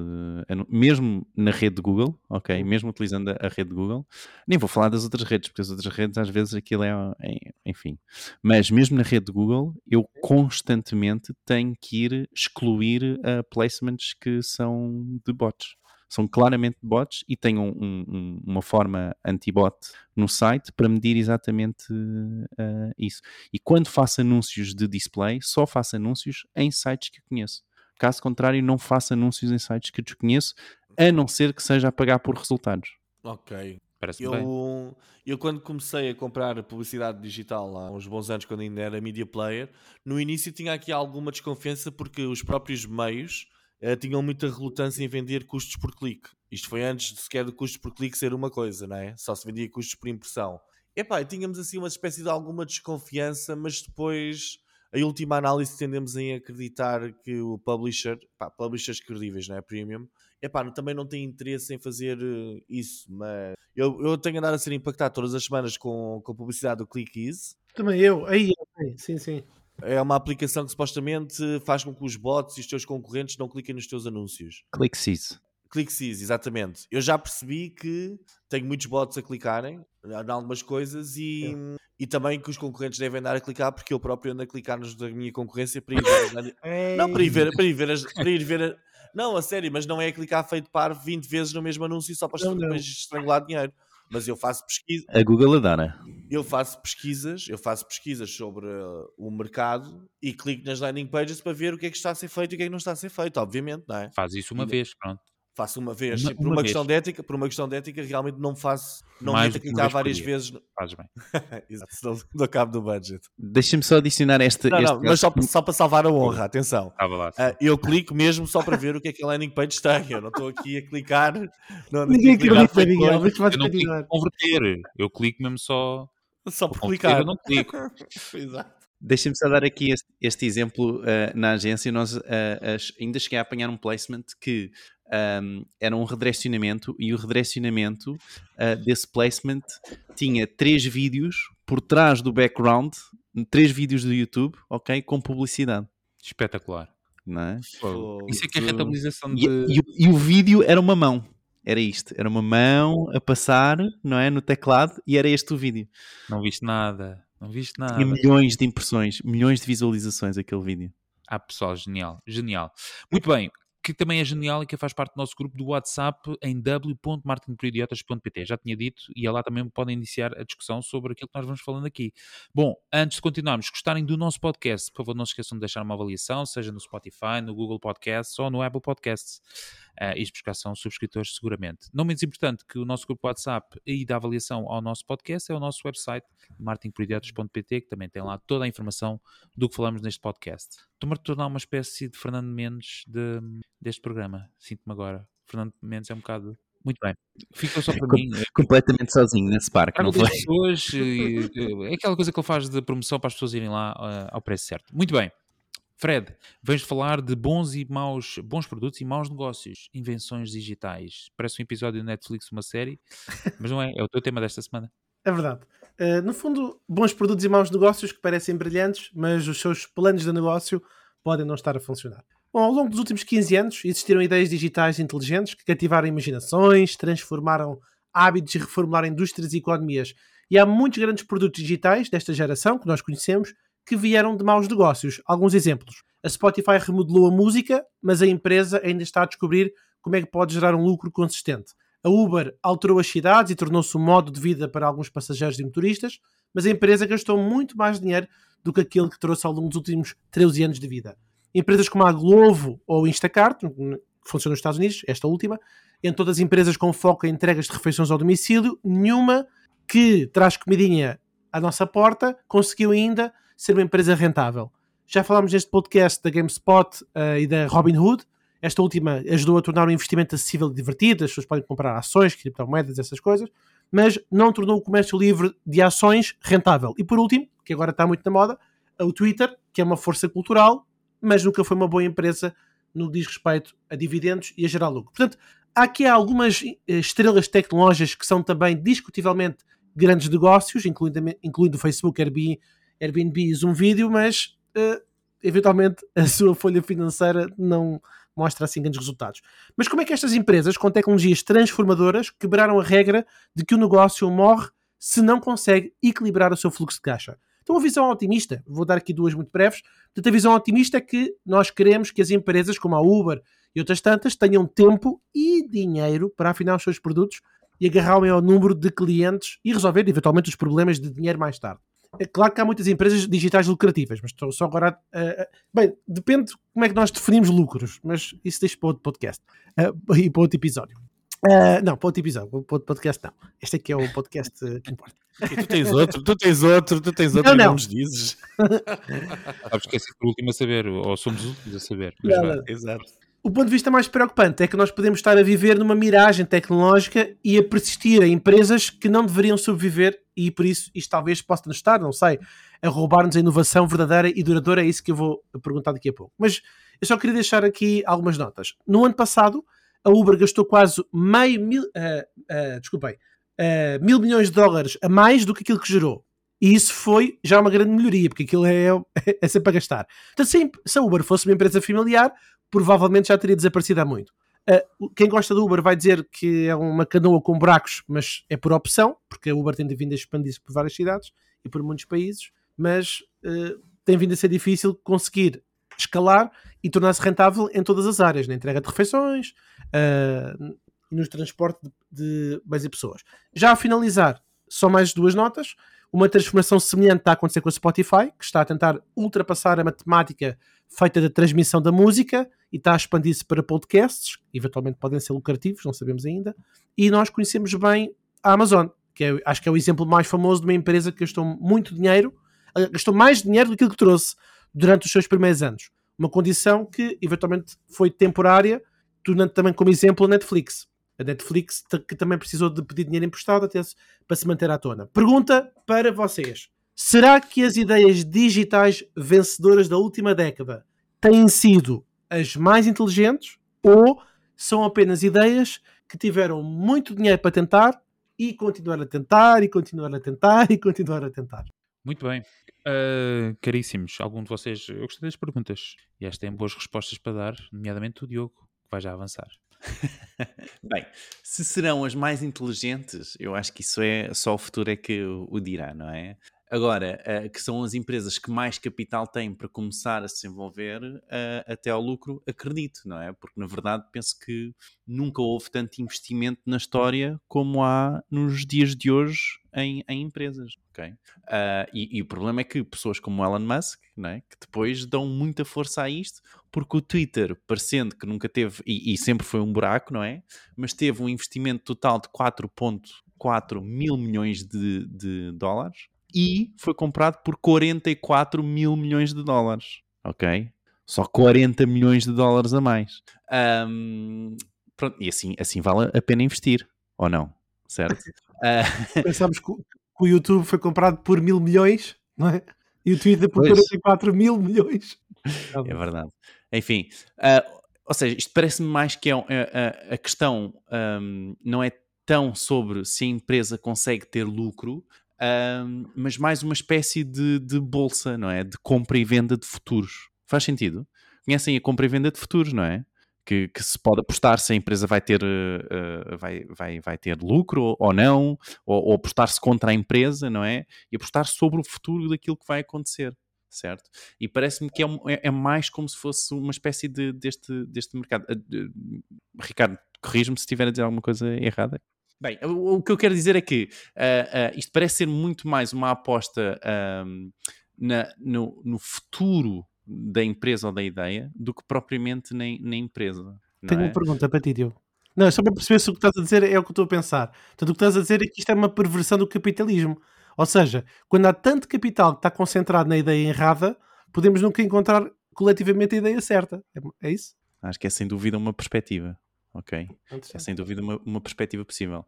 mesmo na rede Google, ok, mesmo utilizando a, a rede Google, nem vou falar das outras redes, porque as outras redes às vezes aquilo é, é enfim, mas mesmo na rede Google eu constantemente tenho que ir excluir uh, placements que são de bots. São claramente bots e têm um, um, uma forma anti-bot no site para medir exatamente uh, isso. E quando faço anúncios de display, só faço anúncios em sites que eu conheço. Caso contrário, não faço anúncios em sites que desconheço, a não ser que seja a pagar por resultados. Ok. Parece Eu, bem. eu quando comecei a comprar publicidade digital há uns bons anos, quando ainda era media player, no início tinha aqui alguma desconfiança porque os próprios meios uh, tinham muita relutância em vender custos por clique. Isto foi antes de sequer de custos por clique ser uma coisa, não é? Só se vendia custos por impressão. Epá, tínhamos assim uma espécie de alguma desconfiança, mas depois, em última análise, tendemos em acreditar que o publisher, pá, publishers credíveis, não é? Premium, epá, também não tem interesse em fazer uh, isso, mas eu, eu tenho andado a ser impactado todas as semanas com, com a publicidade do ClickEase. Também eu, aí, aí, sim, sim. É uma aplicação que supostamente faz com que os bots e os teus concorrentes não cliquem nos teus anúncios. ClickSees. ClickSees, exatamente. Eu já percebi que tenho muitos bots a clicarem em algumas coisas e, e também que os concorrentes devem andar a clicar porque eu próprio ando a clicar nos da minha concorrência para ir ver as... não, para ir ver, para ir ver, as... para ir ver a... não, a sério, mas não é clicar feito par vinte vezes no mesmo anúncio só para Não, não. depois estrangular dinheiro. Mas eu faço pesquisa, A Google adora. eu faço pesquisas, eu faço pesquisas sobre uh, o mercado e clico nas landing pages para ver o que é que está a ser feito e o que é que não está a ser feito, obviamente, não é? Faz isso uma Ainda- vez, pronto. Faço uma vez, Uma- sim, por uma uma vez. questão de ética, por uma questão de ética, realmente não faço, não Mais meto a do que uma clicar vez por várias dia. vezes. no- Fazes bem. Exato, senão não acabo do budget. Deixa-me só adicionar este... Não, este não, mas só, só para salvar a honra, atenção. Estava lá. Ah, eu clico mesmo só para ver o que é que a landing page tem. Eu não estou aqui a clicar. Não, ando Ninguém aqui a clicar acredita, feito Miguel, doido, mas vais Eu não clico continuar. em converter. Eu clico mesmo só. só por Converter, clicar. eu não clico. Exato. Deixem-me só dar aqui este, este exemplo. Uh, na agência nós uh, as- ainda cheguei a apanhar um placement que um, era um redirecionamento e o redirecionamento uh, desse placement tinha três vídeos por trás do background, três vídeos do YouTube, ok, com publicidade, Espetacular. não é? Fogo. Isso é que é rentabilização E, de. e o- e o vídeo era uma mão, era isto, era uma mão a passar, não é, no teclado, e era este o vídeo. Não viste nada. Não viste Tinha nada. milhões de impressões, milhões de visualizações aquele vídeo. Ah, pessoal, genial. Genial. Muito bem. Que também é genial e que faz parte do nosso grupo do WhatsApp em w ponto marketing por idiotas ponto p t. Já tinha dito e lá também podem iniciar a discussão sobre aquilo que nós vamos falando aqui. Bom, antes de continuarmos, se gostarem do nosso podcast, por favor, não se esqueçam de deixar uma avaliação, seja no Spotify, no Google Podcasts ou no Apple Podcasts. Uh, isto porque já são subscritores seguramente. Não menos importante que o nosso grupo WhatsApp e da avaliação ao nosso podcast é o nosso website marketing por idiotas ponto p t, que também tem lá toda a informação do que falamos neste podcast. Estou-me a tornar uma espécie de Fernando Mendes de, deste programa. Sinto-me agora. Fernando Mendes é um bocado... Muito bem. Ficou só para Com- mim. Completamente sozinho nesse parque, Trago não foi? das pessoas, e, e, é aquela coisa que ele faz de promoção para as pessoas irem lá uh, ao preço certo. Muito bem. Fred, vens falar de bons e maus, bons produtos e maus negócios, invenções digitais. Parece um episódio de Netflix, uma série, mas não é, é o teu tema desta semana. É verdade. Uh, no fundo, bons produtos e maus negócios que parecem brilhantes, mas os seus planos de negócio podem não estar a funcionar. Bom, ao longo dos últimos quinze anos existiram ideias digitais inteligentes que cativaram imaginações, transformaram hábitos e reformularam indústrias e economias. E há muitos grandes produtos digitais desta geração que nós conhecemos que vieram de maus negócios. Alguns exemplos. A Spotify remodelou a música, mas a empresa ainda está a descobrir como é que pode gerar um lucro consistente. A Uber alterou as cidades e tornou-se um modo de vida para alguns passageiros e motoristas, mas a empresa gastou muito mais dinheiro do que aquele que trouxe ao longo dos últimos treze anos de vida. Empresas como a Glovo ou a Instacart, que funcionam nos Estados Unidos, esta última, em todas as empresas com foco em entregas de refeições ao domicílio, nenhuma que traz comidinha à nossa porta conseguiu ainda ser uma empresa rentável. Já falámos neste podcast da GameSpot uh, e da Robinhood. Esta última ajudou a tornar o investimento acessível e divertido, as pessoas podem comprar ações, criptomoedas, essas coisas, mas não tornou o comércio livre de ações rentável. E por último, que agora está muito na moda, o Twitter, que é uma força cultural, mas nunca foi uma boa empresa no que diz respeito a dividendos e a gerar lucro. Portanto, há aqui algumas estrelas tecnológicas que são também discutivelmente grandes negócios, incluindo, incluindo o Facebook, Airbnb, Airbnb e Zoom Video, mas uh, eventualmente a sua folha financeira não mostra assim grandes resultados. Mas como é que estas empresas com tecnologias transformadoras quebraram a regra de que o negócio morre se não consegue equilibrar o seu fluxo de caixa? Então a visão otimista, vou dar aqui duas muito breves. Portanto, a visão otimista é que nós queremos que as empresas como a Uber e outras tantas tenham tempo e dinheiro para afinar os seus produtos e agarrar o maior número de clientes e resolver eventualmente os problemas de dinheiro mais tarde. É claro que há muitas empresas digitais lucrativas, mas estou só agora... Uh, uh, bem, depende como é que nós definimos lucros, mas isso deixa para outro podcast uh, e para outro episódio. Uh, não, para outro episódio, para outro podcast não. Este aqui é o podcast uh, que importa. E tu tens outro, tu tens outro, tu tens outro não, e não não nos dizes. Sabes que é sempre o último a saber, ou somos os últimos a saber. Mas não, não. Exato. O ponto de vista mais preocupante é que nós podemos estar a viver numa miragem tecnológica e a persistir em empresas que não deveriam sobreviver e por isso isto talvez possa nos estar, não sei, a roubar-nos a inovação verdadeira e duradoura. É isso que eu vou perguntar daqui a pouco. Mas eu só queria deixar aqui algumas notas. No ano passado, a Uber gastou quase meio mil, uh, uh, desculpem, uh, mil milhões de dólares a mais do que aquilo que gerou. E isso foi já uma grande melhoria, porque aquilo é, é sempre a gastar. Portanto, se a Uber fosse uma empresa familiar, provavelmente já teria desaparecido há muito. Uh, quem gosta do Uber vai dizer que é uma canoa com buracos, mas é por opção, porque a Uber tem vindo a expandir-se por várias cidades e por muitos países, mas uh, tem vindo a ser difícil conseguir escalar e tornar-se rentável em todas as áreas, na entrega de refeições uh, e no transporte de, de bens e pessoas. Já a finalizar, só mais duas notas. Uma transformação semelhante está a acontecer com a Spotify, que está a tentar ultrapassar a matemática feita da transmissão da música e está a expandir-se para podcasts, que eventualmente podem ser lucrativos, não sabemos ainda. E nós conhecemos bem a Amazon, que é, acho que é o exemplo mais famoso de uma empresa que gastou muito dinheiro, gastou mais dinheiro do que aquilo que trouxe durante os seus primeiros anos. Uma condição que eventualmente foi temporária, tornando também como exemplo a Netflix. A Netflix que também precisou de pedir dinheiro emprestado até para se manter à tona. Pergunta para vocês. Será que as ideias digitais vencedoras da última década têm sido as mais inteligentes ou são apenas ideias que tiveram muito dinheiro para tentar e continuar a tentar e continuar a tentar e continuar a tentar? Muito bem. Uh, caríssimos, algum de vocês... Eu gostei das perguntas. E estas têm boas respostas para dar, nomeadamente o Diogo, que vai já avançar. Bem, se serão as mais inteligentes, eu acho que isso é só o futuro é que o, o dirá, não é? Agora, uh, que são as empresas que mais capital têm para começar a se desenvolver uh, até ao lucro, acredito, não é? Porque, na verdade, penso que nunca houve tanto investimento na história como há nos dias de hoje em, em empresas, ok? Uh, e, e o problema é que pessoas como Elon Musk, não é? Que depois dão muita força a isto, porque o Twitter, parecendo que nunca teve, e, e sempre foi um buraco, não é? Mas teve um investimento total de quatro vírgula quatro mil milhões de, de dólares, e foi comprado por quarenta e quatro mil milhões de dólares, ok? Só quarenta milhões de dólares a mais. Um, pronto, e assim, assim vale a pena investir, ou não? Certo? uh... Pensámos que, que o YouTube foi comprado por mil milhões, não é? E o Twitter por pois. quarenta e quatro mil milhões. Tá É bom. verdade. Enfim, ah, ou seja, isto parece-me mais que é, um- a, a- a questão ahm, não é tão sobre se a empresa consegue ter lucro, ahm, mas mais uma espécie de, de bolsa, não é? De compra e venda de futuros. Faz sentido? Conhecem a compra e venda de futuros, não é? Que, que se pode apostar se a empresa vai ter, eh, eh, vai, vai, vai ter lucro ou não, ou, ou apostar-se contra a empresa, não é? E apostar sobre o futuro daquilo que vai acontecer, certo? E parece-me que é, um- é- é mais como se fosse uma espécie de, deste, deste mercado. Ah, de- Ricardo, corrige-me se estiver a dizer alguma coisa errada. Bem, o, o que eu quero dizer é que ah, ah, isto parece ser muito mais uma aposta ahm, na- no, no futuro da empresa ou da ideia do que propriamente na, na empresa, não Tenho uma é? pergunta para ti, Diogo. Não, é só para perceber se o que estás a dizer é o que eu estou a pensar. Portanto, o que estás a dizer é que isto é uma perversão do capitalismo. Ou seja, quando há tanto capital que está concentrado na ideia errada, podemos nunca encontrar coletivamente a ideia certa. É, é isso? Acho que é sem dúvida uma perspectiva, ok? É Interessante. sem dúvida uma, uma perspectiva possível.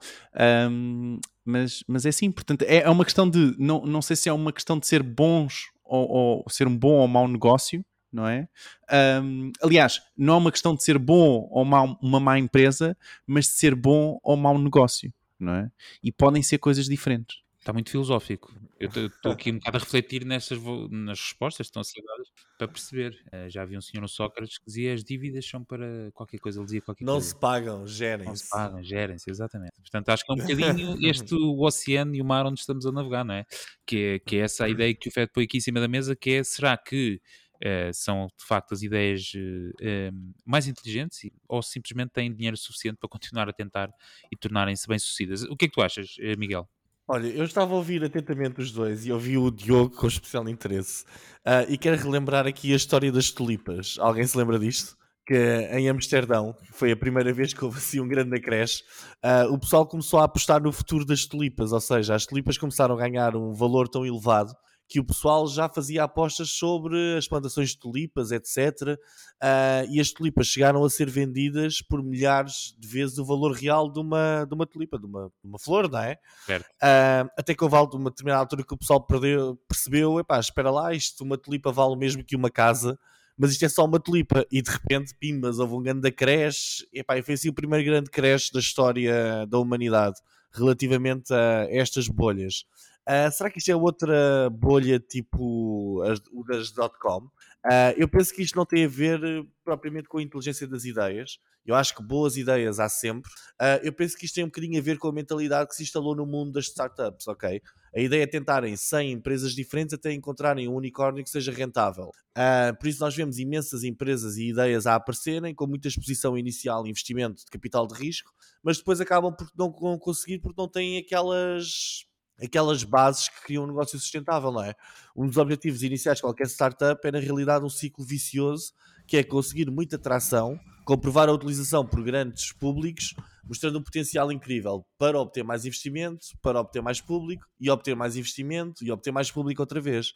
Ahm, mas, mas é assim, portanto, é, é uma questão de, não, não sei se é uma questão de ser bons ou, ou ser um bom ou mau negócio, não é? Ahm, aliás, não é uma questão de ser bom ou mau, uma má empresa, mas de ser bom ou mau negócio, não é? E podem ser coisas diferentes. Está muito filosófico. Eu estou aqui um bocado a refletir nessas, vo- nas respostas que estão a ser dadas para perceber. Eh, já havia um senhor no Sócrates que dizia as dívidas são para qualquer coisa. Ele dizia qualquer Não coisa. se pagam, Não se gerem-se. pagam, gerem-se, exatamente. Portanto, acho que é um bocadinho este o oceano e o mar onde estamos a navegar, não é? Que é, que é essa a ideia que o Fed põe aqui em cima da mesa, que é, será que eh, são de facto as ideias eh, eh, mais inteligentes e- ou simplesmente têm dinheiro suficiente para continuar a tentar e tornarem-se bem-sucedidas? O que é que tu achas, eh, Miguel? Olha, eu estava a ouvir atentamente os dois e ouvi o Diogo com especial interesse. Ah, e quero relembrar aqui a história das tulipas. Alguém se lembra disto? Que em Amsterdão, foi a primeira vez que houve assim um grande crash, ah, o pessoal começou a apostar no futuro das tulipas, ou seja, as tulipas começaram a ganhar um valor tão elevado que o pessoal já fazia apostas sobre as plantações de tulipas, etcétera. Ah, e as tulipas chegaram a ser vendidas por milhares de vezes o valor real de uma, de uma tulipa, de uma, de uma flor, não é? Certo. Uh, até que houve uma determinada altura que o pessoal perdeu, percebeu, epá, espera lá, isto uma tulipa vale o mesmo que uma casa, mas isto é só uma tulipa, e de repente, pimbas, houve um grande crash, epá, e foi assim o primeiro grande crash da história da humanidade, relativamente a estas bolhas. Uh, será que isto é outra bolha tipo as, o das dot-com? Uh, eu penso que isto não tem a ver eh, propriamente com a inteligência das ideias. Eu acho que boas ideias há sempre. Uh, eu penso que isto tem um bocadinho a ver com a mentalidade que se instalou no mundo das startups, ok? A ideia é tentarem cem empresas diferentes até encontrarem um unicórnio que seja rentável. Uh, por isso nós vemos imensas empresas e ideias a aparecerem com muita exposição inicial e investimento de capital de risco, mas depois acabam por não conseguir porque não têm aquelas... aquelas bases que criam um negócio sustentável, não é? Um dos objetivos iniciais de qualquer startup é, na realidade, um ciclo vicioso, que é conseguir muita tração, comprovar a utilização por grandes públicos, mostrando um potencial incrível para obter mais investimento, para obter mais público, e obter mais investimento, e obter mais público outra vez.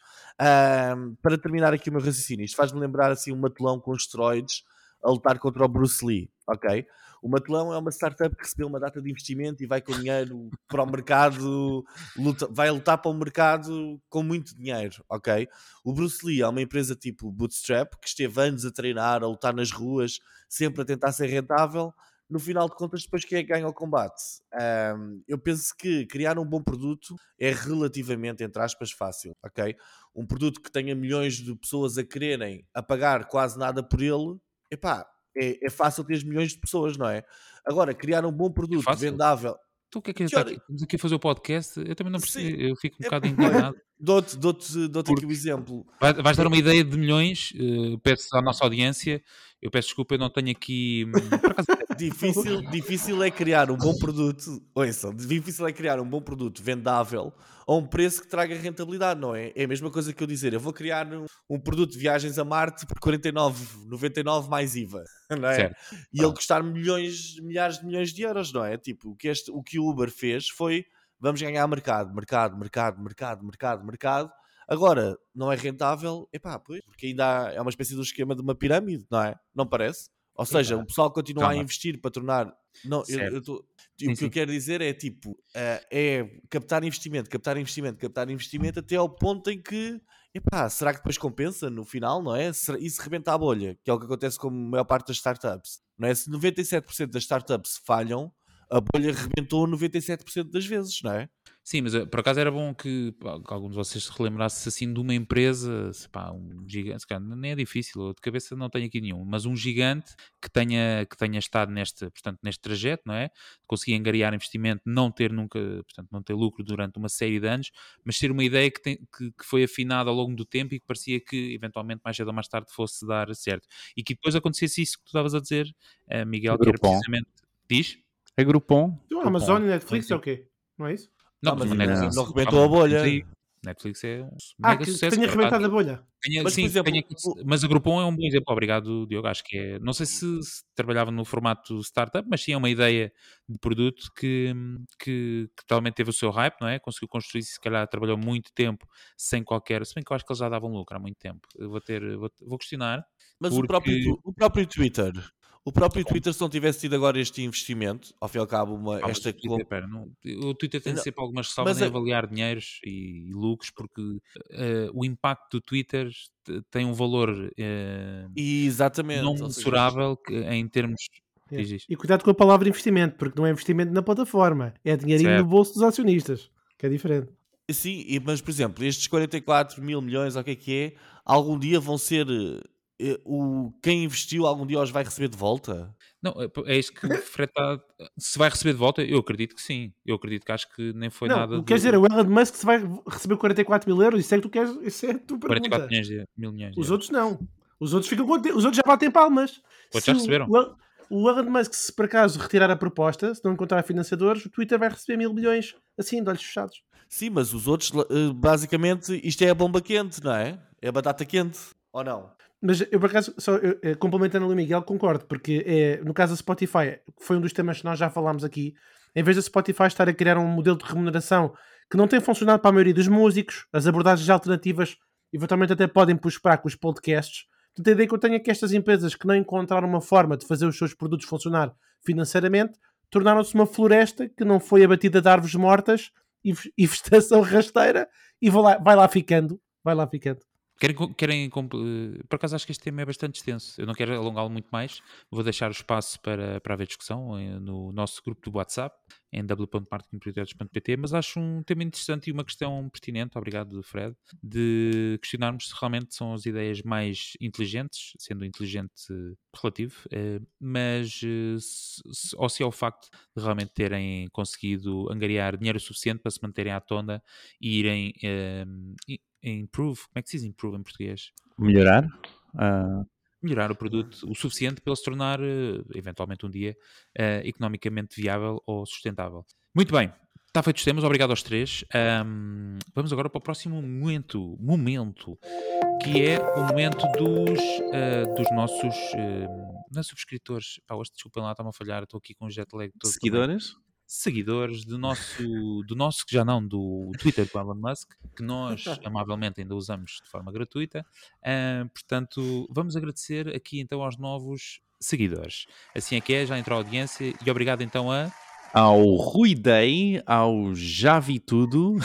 Um, para terminar aqui o meu raciocínio, isto faz-me lembrar assim um matelão com esteroides a lutar contra o Bruce Lee, ok? O Matelão é uma startup que recebeu uma data de investimento e vai com dinheiro para o mercado, luta, vai lutar para o mercado com muito dinheiro, ok? O Bruce Lee é uma empresa tipo Bootstrap, que esteve anos a treinar, a lutar nas ruas, sempre a tentar ser rentável. No final de contas, depois quem é que ganha o combate? Um, eu penso que criar um bom produto é relativamente, entre aspas, fácil, ok? Um produto que tenha milhões de pessoas a quererem, a pagar quase nada por ele, epá, é, é fácil ter milhões de pessoas, não é? Agora, criar um bom É produto fácil. vendável. Então o que é que está Pior, aqui? Estamos aqui a fazer o podcast. Eu também não sim, percebo. Eu fico um é, bocado olha, indignado. dou-te, dou-te, dou-te aqui o Porque exemplo. vai- vais dar É, uma ideia de milhões. eh, peço à nossa audiência. Eu peço desculpa, eu não tenho aqui. hum, Por acaso, Difícil, difícil é criar um bom produto. Ouçam, difícil é criar um bom produto vendável a um preço que traga rentabilidade, não é? É a mesma coisa que eu dizer, eu vou criar um, um produto de viagens a Marte por quarenta e nove vírgula noventa e nove mais I V A, não é? certo. E ele Pronto. custar milhões, milhares de milhões de euros, não é? Tipo, o que, este, o que o Uber fez foi, vamos ganhar mercado, mercado, mercado, mercado, mercado, mercado. Agora, não é rentável, epá, pois, porque ainda há, é uma espécie de um esquema de uma pirâmide, não é? Não parece? Ou seja, Epá, o pessoal continua a calma. investir para tornar. Não, eu, eu Certo. tô... Sim, O que eu sim. quero dizer é tipo, uh, é captar investimento, captar investimento, captar investimento até ao ponto em que epá, será que depois compensa no final, não é? Será- E se rebenta a bolha, que é o que acontece com a maior parte das startups, não é? Se noventa e sete por cento das startups falham, a bolha rebentou noventa e sete por cento das vezes, não é? Sim, mas eh, por acaso era bom que, pá, que algum de vocês se relembrasse assim de uma empresa, se, pá, um gigante, se calhar nem é difícil, eu de cabeça não tenho aqui nenhum, mas um gigante que tenha, que tenha estado neste, portanto, neste trajeto, não é? Conseguir angariar investimento, não ter nunca, portanto, não ter lucro durante uma série de anos, mas ter uma ideia que, tem, que, que foi afinada ao longo do tempo e que parecia que eventualmente mais cedo ou mais tarde fosse dar certo. E que depois acontecesse isso que tu estavas a dizer, eh, Miguel, que era Groupon. precisamente. Diz? É Groupon. Então, a Groupon. Amazon e Netflix Sim, é o quê? Não é isso? Não, Ah, mas mas o não, Netflix, não calma, rebentou a não bolha. aí. Netflix é um Ah, mega que, que sucesso, tenha é verdade. arrebentado a bolha. Tenha- Mas, por sim, exemplo, tenha- o- mas a Groupon é um bom exemplo. Obrigado, Diogo. Acho que é. Não sei se, se trabalhava no formato startup, mas sim é uma ideia de produto que, que, que totalmente teve o seu hype, não é? Conseguiu construir, se calhar trabalhou muito tempo sem qualquer. Se bem que eu acho que eles já davam lucro há muito tempo. Eu vou ter. Vou, vou questionar. mas o Porque. próprio, tu- o próprio Twitter, o próprio Como? Twitter, se não tivesse tido agora este investimento, ao fim e ao cabo, uma, Ah, mas esta o Twitter, comp- pera, não, o Twitter tem Não, sempre algumas ressalvas mas em a- avaliar dinheiros e, e lucros, porque eh, o impacto do Twitter te- tem um valor eh, não exatamente, ou seja, mensurável que, em termos. É. Diz isto. E cuidado com a palavra investimento, porque não é investimento na plataforma, é dinheirinho no Certo. bolso dos acionistas, que é diferente. sim, e- mas por exemplo, estes quarenta e quatro mil milhões, ou o que é que é, algum dia vão ser eh, o, quem investiu, algum dia os vai receber de volta? Não, é p- é isso que o Fred está. Se vai receber de volta, eu acredito que sim. Eu acredito que acho que nem foi não, nada o de quer dizer, o Elon Musk se vai receber quarenta e quatro mil euros, isso é que tu queres, isso é a tua quarenta e quatro pergunta. milhões de, mil milhões de Os euros. outros não. Os outros ficam contentes, os outros já batem palmas. Outros Se já o, receberam. o, o Elon Musk, se por acaso retirar a proposta, se não encontrar financiadores, o Twitter vai receber mil milhões, assim, de olhos fechados. Sim, mas os outros, eh, basicamente, isto é a bomba quente, não é? É a batata quente, ou não? Mas eu, por acaso, só, eu, eh, complementando o Miguel, concordo, porque é, no caso da Spotify, que foi um dos temas que nós já falámos aqui, em vez da Spotify estar a criar um modelo de remuneração que não tem funcionado para a maioria dos músicos, as abordagens alternativas eventualmente até podem prosperar com os podcasts. Portanto, a ideia que eu tenho é que estas empresas que não encontraram uma forma de fazer os seus produtos funcionar financeiramente, tornaram-se uma floresta que não foi abatida de árvores mortas e, e vegetação rasteira e vai lá, vai lá ficando, vai lá ficando. Querem, co- querem compl- eh, por acaso acho que este tema é bastante extenso. Eu não quero alongá-lo muito mais. Vou deixar o espaço para, para haver discussão eh, no nosso grupo do WhatsApp, em w w w ponto marketing projetos ponto p t, mas acho um tema interessante e uma questão pertinente, obrigado Fred, de questionarmos se realmente são as ideias mais inteligentes, sendo inteligente eh, relativo, eh, mas eh, se, se- ou se é o facto de realmente terem conseguido angariar dinheiro suficiente para se manterem à tona e irem eh, i- improve, como é que se diz improve em português? Melhorar. Ah, Melhorar o produto o suficiente para ele se tornar, eh, eventualmente um dia, eh, economicamente viável ou sustentável. Muito bem, está feito os temas, obrigado aos três. Ahm, vamos agora para o próximo momento, momento, que é o momento dos, eh, dos nossos eh, não é subscritores. Pá, hoje, desculpem lá, está-me a falhar, estou aqui com o jet lag todo também. seguidores. Seguidores do nosso, do nosso, que já não, do Twitter do Elon Musk, que nós amavelmente ainda usamos de forma gratuita. Ah, portanto, vamos agradecer aqui então aos novos seguidores. Assim é que é, já entrou a audiência e obrigado então a... Ao Rui Day, ao Já Vi Tudo,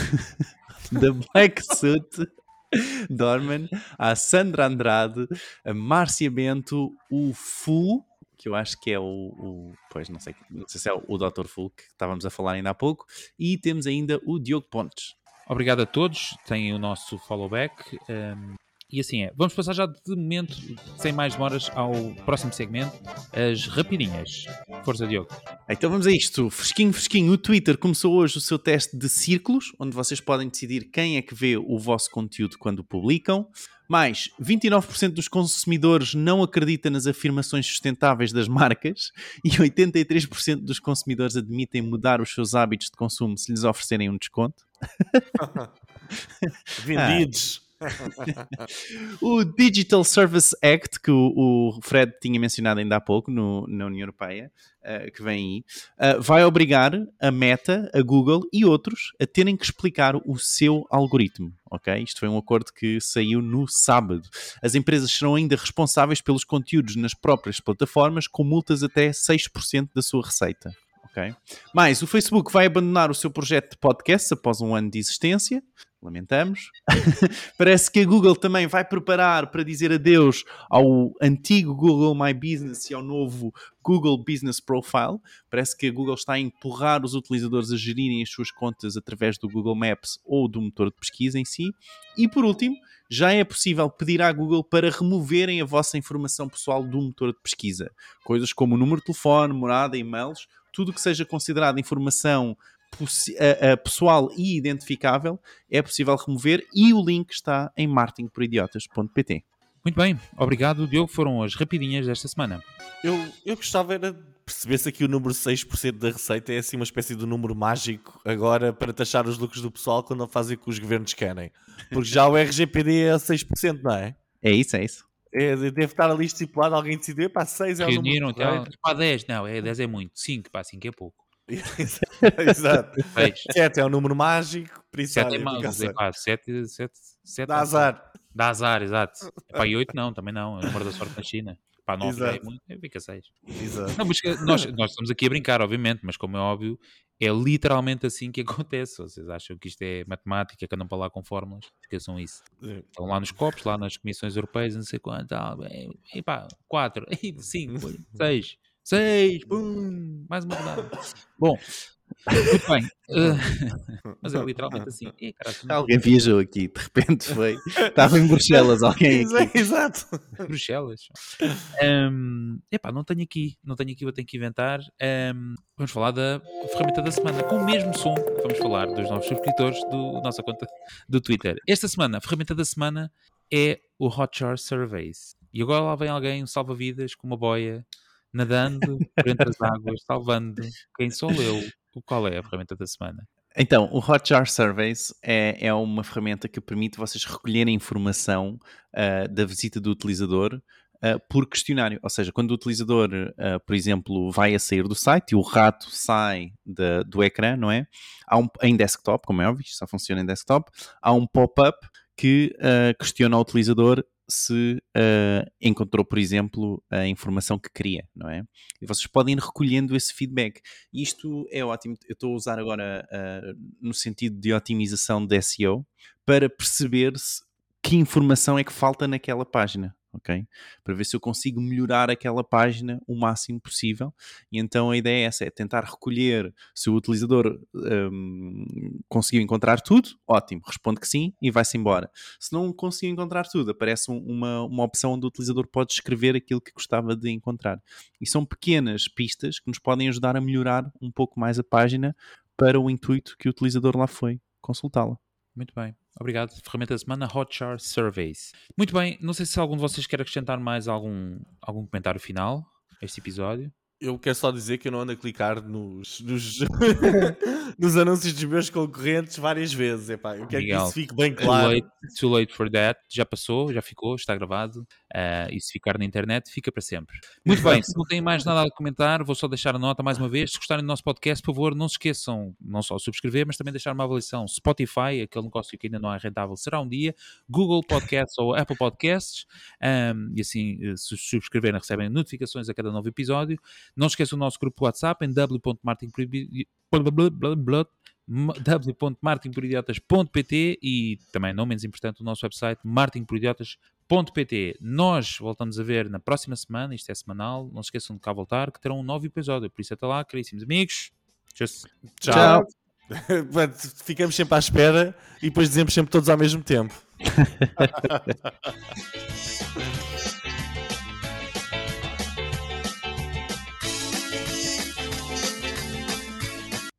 da Black Suit, Dorman, à Sandra Andrade, a Márcia Bento, o Fu, que eu acho que é o, o pois não sei, não sei se é o doutor Fu, que estávamos a falar ainda há pouco, e temos ainda o Diogo Pontes. Obrigado a todos, têm o nosso follow back. Um, e assim é, vamos passar já de momento, sem mais demoras, ao próximo segmento, as rapidinhas. Força, Diogo. Então vamos a isto, fresquinho, fresquinho. O Twitter começou hoje o seu teste de círculos, onde vocês podem decidir quem é que vê o vosso conteúdo quando publicam. Mais, vinte e nove por cento dos consumidores não acredita nas afirmações sustentáveis das marcas e oitenta e três por cento dos consumidores admitem mudar os seus hábitos de consumo se lhes oferecerem um desconto. Vendidos. O Digital Service Act, que o, o Fred tinha mencionado ainda há pouco no, na União Europeia, uh, que vem aí, uh, vai obrigar a Meta, a Google e outros a terem que explicar o seu algoritmo. Okay? Isto foi um acordo que saiu no sábado. As empresas serão ainda responsáveis pelos conteúdos nas próprias plataformas, com multas até seis por cento da sua receita. Okay. Mais, o Facebook vai abandonar o seu projeto de podcast após um ano de existência. lamentamos. Parece que a Google também vai preparar para dizer adeus ao antigo Google My Business e ao novo Google Business Profile. Parece que a Google está a empurrar os utilizadores a gerirem as suas contas através do Google Maps ou do motor de pesquisa em si. E por último, já é possível pedir à Google para removerem a vossa informação pessoal do motor de pesquisa. Coisas como o número de telefone, morada, e-mails, tudo que seja considerado informação pessoal e identificável é possível remover, e o link está em marketing por idiotas ponto pt. Muito bem, obrigado, Diogo. Foram as rapidinhas desta semana. Eu, eu gostava era de perceber se aqui o número seis por cento da receita é assim uma espécie de número mágico agora para taxar os lucros do pessoal quando não fazem o que os governos querem. Porque já o R G P D é seis por cento, não é? É isso, é isso. É, deve estar ali estipulado, alguém decidiu, pá, seis é o número Reuniram, então, correto. pá, dez, não, é dez é muito, cinco, pá, cinco é pouco. Exato. seis. sete é um número mágico, por isso sete é olha, mau, fica é assim. pá, sete, sete, sete Dá azar. Dá azar, exato. Pá, e oito não, também não, é o número da sorte na China. Pá, nove já é Exato. muito, é, fica seis. Exato. Não, mas que nós, nós estamos aqui a brincar, obviamente, mas como é óbvio, é literalmente assim que acontece. Vocês acham que isto é matemática, que andam para lá com fórmulas? Esqueçam isso. Estão lá nos copos, lá nas comissões europeias, não sei quanto, tal, e pá, quatro, cinco, seis, seis, pum, mais uma rodada. Bom, muito bem. Uh, mas é literalmente assim. E, cara, assim, Alguém viajou aqui, de repente foi. Estava em Bruxelas alguém aqui. Exato. Bruxelas. Um, epá, não tenho aqui, não tenho aqui, vou ter que inventar. Um, vamos falar da ferramenta da semana, com o mesmo som que vamos falar dos novos subscritores da nossa conta do Twitter. Esta semana, a ferramenta da semana é o Hotjar Surveys. E agora lá vem alguém, um salva-vidas, com uma boia, nadando por entre as águas, salvando. Quem sou eu? Qual é a ferramenta da semana? Então, o Hotjar Surveys é, é uma ferramenta que permite vocês recolherem informação uh, da visita do utilizador uh, por questionário. Ou seja, quando o utilizador, uh, por exemplo, vai a sair do site e o rato sai de, do ecrã, não é? Há um, em desktop, como é óbvio, só funciona em desktop, há um pop-up que uh, questiona ao utilizador se uh, encontrou, por exemplo, a informação que queria, não é? E vocês podem ir recolhendo esse feedback. E isto é ótimo. Eu estou a usar agora uh, no sentido de otimização de S E O para perceber se, que informação é que falta naquela página, ok? Para ver se eu consigo melhorar aquela página o máximo possível. E então a ideia é essa, é tentar recolher. Se o utilizador um, conseguiu encontrar tudo, ótimo, responde que sim e vai-se embora. Se não conseguiu encontrar tudo, aparece uma, uma opção onde o utilizador pode escrever aquilo que gostava de encontrar. E são pequenas pistas que nos podem ajudar a melhorar um pouco mais a página para o intuito que o utilizador lá foi consultá-la. Muito bem, obrigado. Ferramenta da semana, Hotjar Surveys. Muito bem, não sei se algum de vocês quer acrescentar mais algum, algum comentário final a este episódio. Eu quero só dizer que eu não ando a clicar nos, nos, nos anúncios dos meus concorrentes várias vezes. Epá, eu quero Miguel, que isso fique bem Too claro. late, too late for that. Já passou, já ficou, está gravado. Uh, e se ficar na internet, fica para sempre. Muito bem, se não têm mais nada a comentar, vou só deixar a nota mais uma vez. Se gostarem do nosso podcast, por favor, não se esqueçam não só de subscrever, mas também deixar uma avaliação. Spotify, aquele negócio que ainda não é rentável, será um dia. Google Podcasts ou Apple Podcasts. Um, e assim, se subscreverem, recebem notificações a cada novo episódio. Não se esqueçam do nosso grupo WhatsApp em w ponto marketing por idiotas ponto pt e também, não menos importante, o nosso website marketing por idiotas ponto pt. Nós voltamos a ver na próxima semana, isto é semanal, não se esqueçam de cá voltar, que terão um novo episódio. Por isso até lá, caríssimos amigos. Tchau. Tchau. Ficamos sempre à espera e depois dizemos sempre todos ao mesmo tempo.